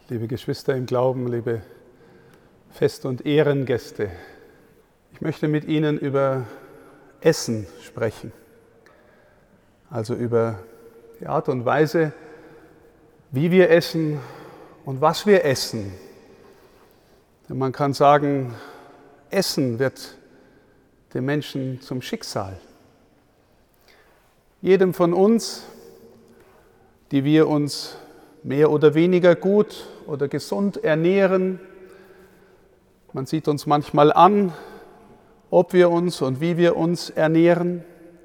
liebe Geschwister im Glauben, liebe Fest- und Ehrengäste. Ich möchte mit Ihnen über Essen sprechen, also über die Art und Weise, wie wir essen und was wir essen. Denn man kann sagen, Essen wird dem Menschen zum Schicksal. Jedem von uns, die wir uns mehr oder weniger gut oder gesund ernähren, man sieht uns manchmal an, ob wir uns und wie wir uns ernähren.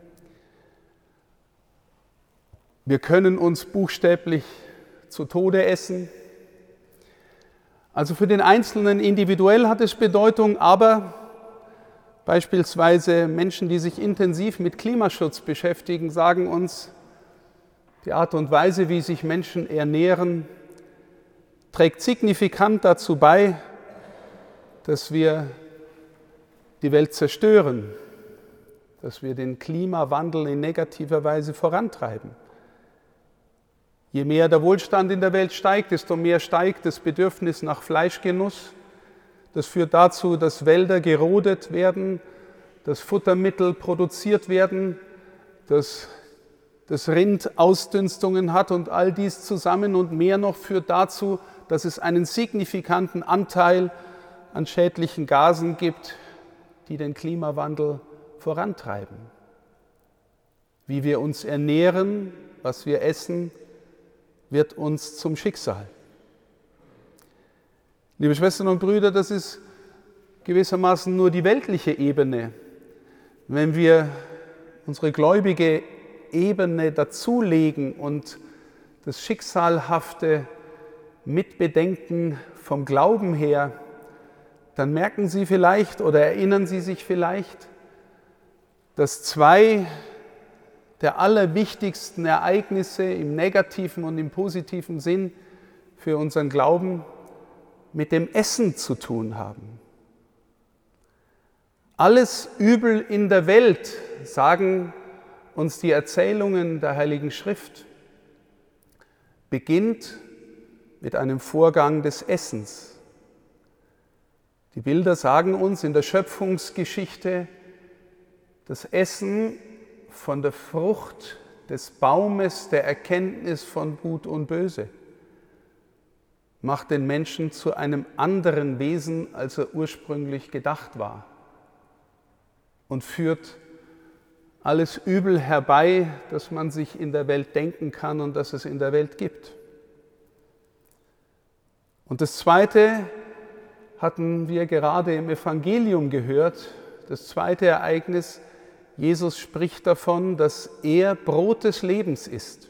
Wir können uns buchstäblich zu Tode essen. Also für den Einzelnen individuell hat es Bedeutung, aber beispielsweise Menschen, die sich intensiv mit Klimaschutz beschäftigen, sagen uns, die Art und Weise, wie sich Menschen ernähren, trägt signifikant dazu bei, dass wir die Welt zerstören, dass wir den Klimawandel in negativer Weise vorantreiben. Je mehr der Wohlstand in der Welt steigt, desto mehr steigt das Bedürfnis nach Fleischgenuss. Das führt dazu, dass Wälder gerodet werden, dass Futtermittel produziert werden, dass das Rind Ausdünstungen hat und all dies zusammen und mehr noch führt dazu, dass es einen signifikanten Anteil an schädlichen Gasen gibt, die den Klimawandel vorantreiben. Wie wir uns ernähren, was wir essen, wird uns zum Schicksal. Liebe Schwestern und Brüder, das ist gewissermaßen nur die weltliche Ebene. Wenn wir unsere gläubige Ebene dazulegen und das Schicksalhafte mitbedenken vom Glauben her, dann merken Sie vielleicht oder erinnern Sie sich vielleicht, dass zwei der allerwichtigsten Ereignisse im negativen und im positiven Sinn für unseren Glauben mit dem Essen zu tun haben. Alles Übel in der Welt, sagen uns die Erzählungen der Heiligen Schrift, beginnt mit einem Vorgang des Essens. Die Bilder sagen uns in der Schöpfungsgeschichte, das Essen von der Frucht des Baumes der Erkenntnis von Gut und Böse macht den Menschen zu einem anderen Wesen, als er ursprünglich gedacht war, und führt alles Übel herbei, das man sich in der Welt denken kann und das es in der Welt gibt. Und das Zweite hatten wir gerade im Evangelium gehört, das zweite Ereignis: Jesus spricht davon, dass er Brot des Lebens ist.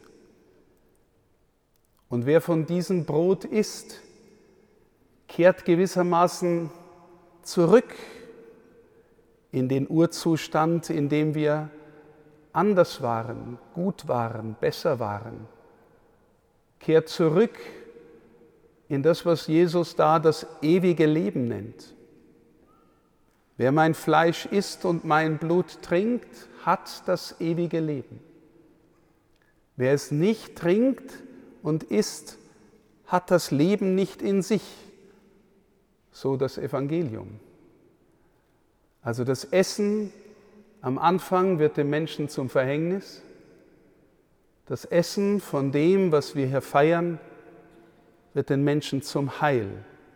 Und wer von diesem Brot isst, kehrt gewissermaßen zurück in den Urzustand, in dem wir anders waren, gut waren, besser waren. Kehrt zurück in das, was Jesus da das ewige Leben nennt. Wer mein Fleisch isst und mein Blut trinkt, hat das ewige Leben. Wer es nicht trinkt und isst, hat das Leben nicht in sich. So das Evangelium. Also das Essen am Anfang wird dem Menschen zum Verhängnis. Das Essen von dem, was wir hier feiern, wird den Menschen zum Heil.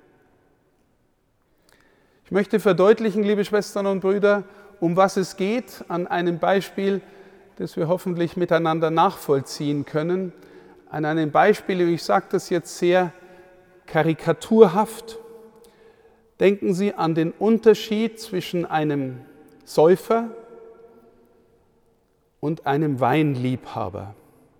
Ich möchte verdeutlichen, liebe Schwestern und Brüder, um was es geht, an einem Beispiel, das wir hoffentlich miteinander nachvollziehen können. An einem Beispiel, ich sage das jetzt sehr karikaturhaft. Denken Sie an den Unterschied zwischen einem Säufer und einem Weinliebhaber.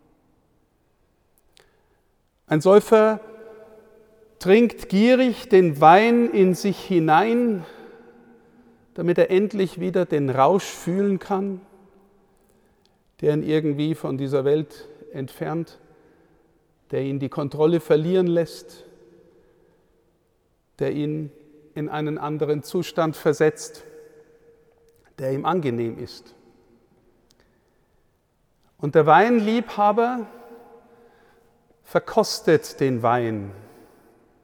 Ein Säufer trinkt gierig den Wein in sich hinein, damit er endlich wieder den Rausch fühlen kann, der ihn irgendwie von dieser Welt entfernt, der ihn die Kontrolle verlieren lässt, der ihn in einen anderen Zustand versetzt, der ihm angenehm ist. Und der Weinliebhaber verkostet den Wein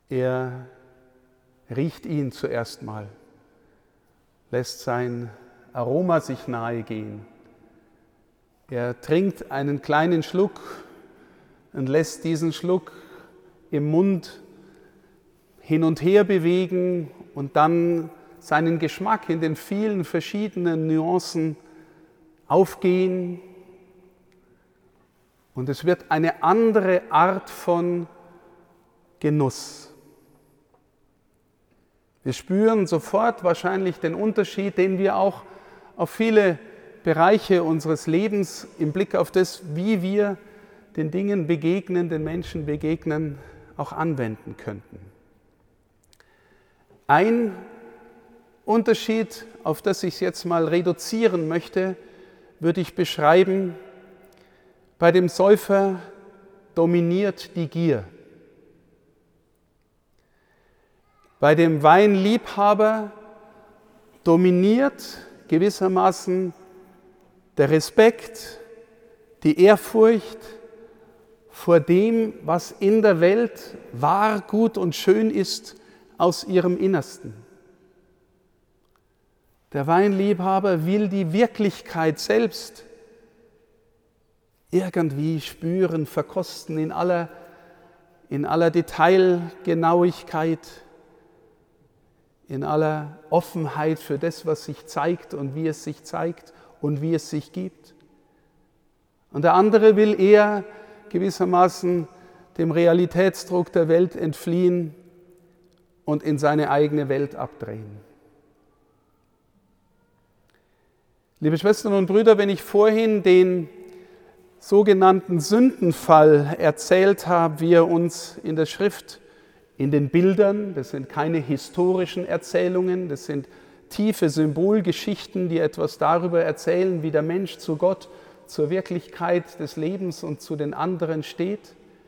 Er riecht ihn zuerst mal, lässt sein Aroma sich nahe gehen. Er trinkt einen kleinen Schluck und lässt diesen Schluck im Mund hin und her bewegen und dann seinen Geschmack in den vielen verschiedenen Nuancen aufgehen. Und es wird eine andere Art von Genuss. Wir spüren sofort wahrscheinlich den Unterschied, den wir auch auf viele Bereiche unseres Lebens im Blick auf das, wie wir den Dingen begegnen, den Menschen begegnen, auch anwenden könnten. Ein Unterschied, auf das ich es jetzt mal reduzieren möchte, würde ich beschreiben: Bei dem Säufer dominiert die Gier. Bei dem Weinliebhaber dominiert gewissermaßen der Respekt, die Ehrfurcht vor dem, was in der Welt wahr, gut und schön ist, aus ihrem Innersten. Der Weinliebhaber will die Wirklichkeit selbst irgendwie spüren, verkosten in aller Detailgenauigkeit, in aller Offenheit für das, was sich zeigt und wie es sich zeigt und wie es sich gibt. Und der andere will eher gewissermaßen dem Realitätsdruck der Welt entfliehen und in seine eigene Welt abdrehen. Liebe Schwestern und Brüder, wenn ich vorhin den sogenannten Sündenfall erzählt habe, wie er uns in der Schrift, in den Bildern, das sind keine historischen Erzählungen, das sind tiefe Symbolgeschichten, die etwas darüber erzählen, wie der Mensch zu Gott, zur Wirklichkeit des Lebens und zu den anderen steht.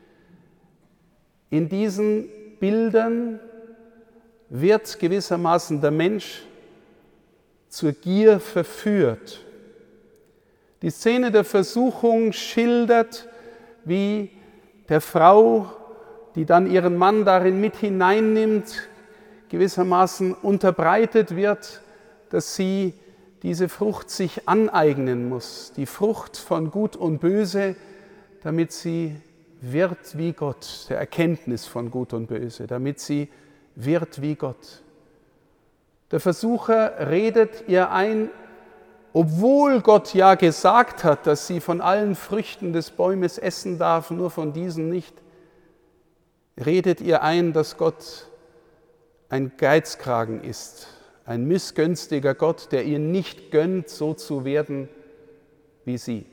In diesen Bildern wird gewissermaßen der Mensch zur Gier verführt. Die Szene der Versuchung schildert, wie der Frau, die dann ihren Mann darin mit hineinnimmt, gewissermaßen unterbreitet wird, dass sie diese Frucht sich aneignen muss, die Frucht von Gut und Böse, damit sie wird wie Gott, der Erkenntnis von Gut und Böse, damit sie wird wie Gott. Der Versucher redet ihr ein, obwohl Gott ja gesagt hat, dass sie von allen Früchten des Baumes essen darf, nur von diesen nicht, redet ihr ein, dass Gott ein Geizkragen ist, ein missgünstiger Gott, der ihr nicht gönnt, so zu werden wie sie.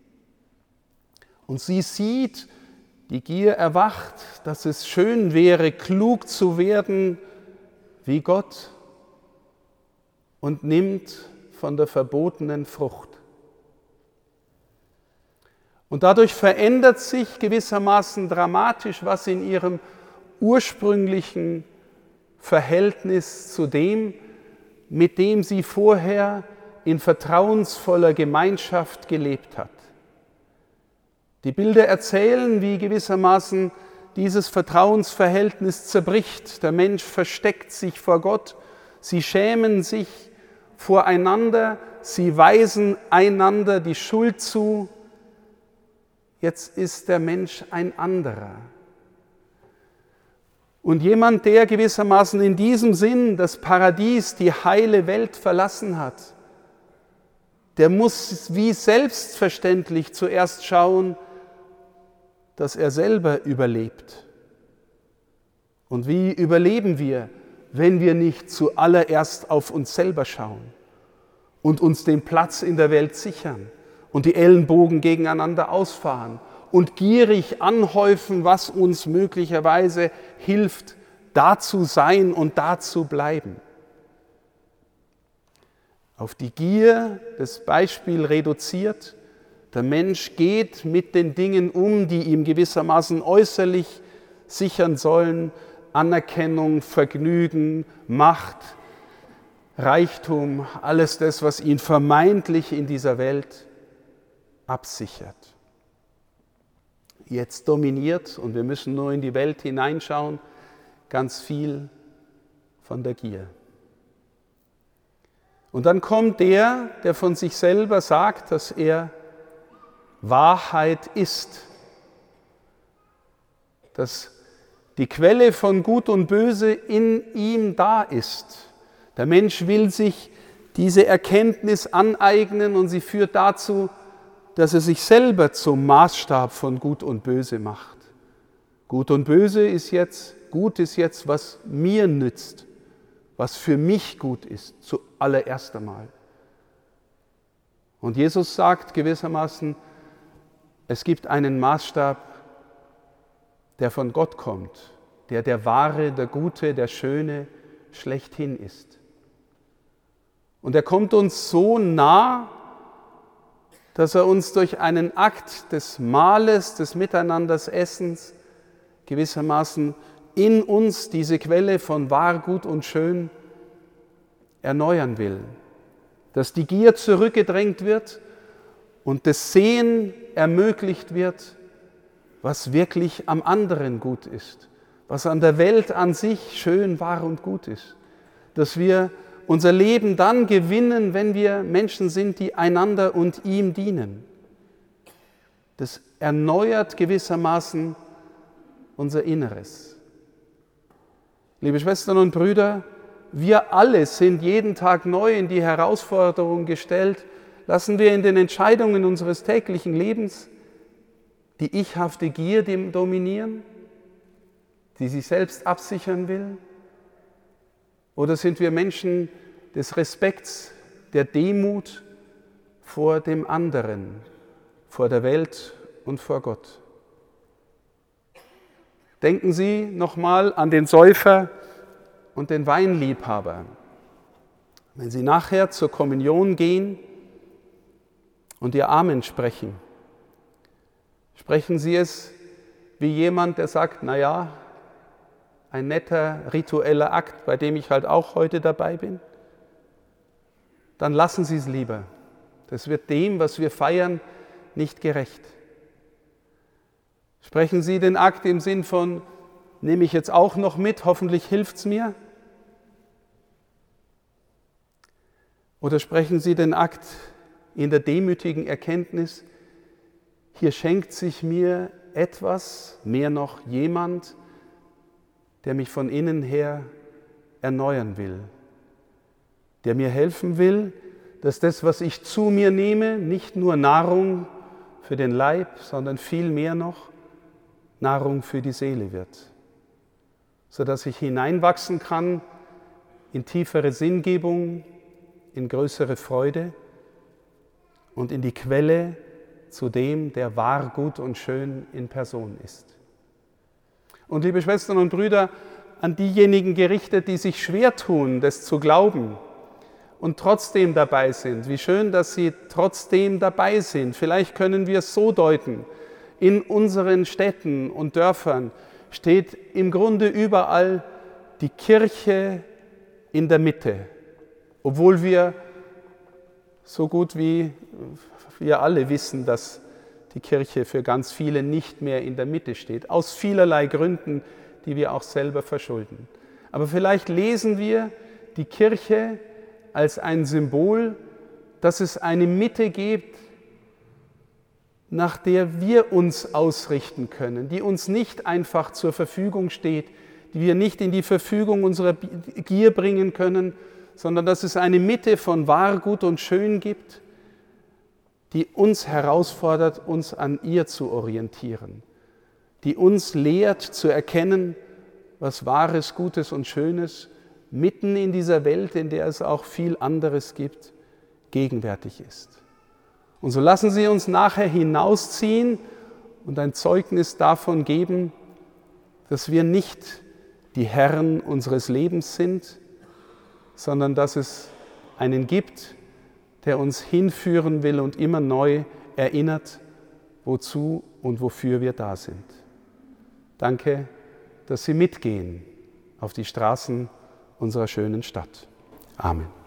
Und sie sieht, die Gier erwacht, dass es schön wäre, klug zu werden wie Gott, und nimmt von der verbotenen Frucht. Und dadurch verändert sich gewissermaßen dramatisch, was in ihrem ursprünglichen Verhältnis zu dem, mit dem sie vorher in vertrauensvoller Gemeinschaft gelebt hat. Die Bilder erzählen, wie gewissermaßen dieses Vertrauensverhältnis zerbricht. Der Mensch versteckt sich vor Gott, sie schämen sich voreinander, sie weisen einander die Schuld zu. Jetzt ist der Mensch ein anderer. Und jemand, der gewissermaßen in diesem Sinn das Paradies, die heile Welt verlassen hat, der muss wie selbstverständlich zuerst schauen, dass er selber überlebt. Und wie überleben wir, wenn wir nicht zuallererst auf uns selber schauen und uns den Platz in der Welt sichern und die Ellenbogen gegeneinander ausfahren und gierig anhäufen, was uns möglicherweise hilft, da zu sein und da zu bleiben. Auf die Gier das Beispiel reduziert, der Mensch geht mit den Dingen um, die ihm gewissermaßen äußerlich sichern sollen, Anerkennung, Vergnügen, Macht, Reichtum, alles das, was ihn vermeintlich in dieser Welt absichert. Jetzt dominiert, und wir müssen nur in die Welt hineinschauen, ganz viel von der Gier. Und dann kommt der von sich selber sagt, dass er Wahrheit ist, dass die Quelle von Gut und Böse in ihm da ist. Der Mensch will sich diese Erkenntnis aneignen und sie führt dazu, dass er sich selber zum Maßstab von Gut und Böse macht. Gut und Böse ist jetzt, gut ist jetzt, was mir nützt, was für mich gut ist, zuallererst einmal. Und Jesus sagt gewissermaßen, es gibt einen Maßstab, der von Gott kommt, der wahre, der gute, der schöne schlechthin ist. Und er kommt uns so nah, dass er uns durch einen Akt des Mahles, des Miteinandersessens gewissermaßen in uns diese Quelle von wahr, gut und schön erneuern will. Dass die Gier zurückgedrängt wird und das Sehen ermöglicht wird, was wirklich am anderen gut ist, was an der Welt an sich schön, wahr und gut ist. Dass wir unser Leben dann gewinnen, wenn wir Menschen sind, die einander und ihm dienen. Das erneuert gewissermaßen unser Inneres. Liebe Schwestern und Brüder, wir alle sind jeden Tag neu in die Herausforderung gestellt, lassen wir in den Entscheidungen unseres täglichen Lebens die ichhafte Gier dominieren, die sich selbst absichern will? Oder sind wir Menschen des Respekts, der Demut vor dem anderen, vor der Welt und vor Gott? Denken Sie nochmal an den Säufer und den Weinliebhaber. Wenn Sie nachher zur Kommunion gehen und Ihr Amen sprechen, sprechen Sie es wie jemand, der sagt, naja, ein netter ritueller Akt, bei dem ich halt auch heute dabei bin. Dann lassen Sie es lieber. Das wird dem, was wir feiern, nicht gerecht. Sprechen Sie den Akt im Sinn von, nehme ich jetzt auch noch mit, hoffentlich hilft es mir? Oder sprechen Sie den Akt in der demütigen Erkenntnis, hier schenkt sich mir etwas, mehr noch jemand, der mich von innen her erneuern will, der mir helfen will, dass das, was ich zu mir nehme, nicht nur Nahrung für den Leib, sondern viel mehr noch Nahrung für die Seele wird, sodass ich hineinwachsen kann in tiefere Sinngebung, in größere Freude und in die Quelle zu dem, der wahr, gut und schön in Person ist. Und liebe Schwestern und Brüder, an diejenigen gerichtet, die sich schwer tun, das zu glauben und trotzdem dabei sind. Wie schön, dass Sie trotzdem dabei sind. Vielleicht können wir es so deuten. In unseren Städten und Dörfern steht im Grunde überall die Kirche in der Mitte, obwohl wir so gut wie wir alle wissen, dass die Kirche für ganz viele nicht mehr in der Mitte steht, aus vielerlei Gründen, die wir auch selber verschulden. Aber vielleicht lesen wir die Kirche als ein Symbol, dass es eine Mitte gibt, nach der wir uns ausrichten können, die uns nicht einfach zur Verfügung steht, die wir nicht in die Verfügung unserer Gier bringen können, sondern dass es eine Mitte von wahr, gut und schön gibt, die uns herausfordert, uns an ihr zu orientieren, die uns lehrt zu erkennen, was Wahres, Gutes und Schönes mitten in dieser Welt, in der es auch viel anderes gibt, gegenwärtig ist. Und so lassen Sie uns nachher hinausziehen und ein Zeugnis davon geben, dass wir nicht die Herren unseres Lebens sind, sondern dass es einen gibt, der uns hinführen will und immer neu erinnert, wozu und wofür wir da sind. Danke, dass Sie mitgehen auf die Straßen unserer schönen Stadt. Amen.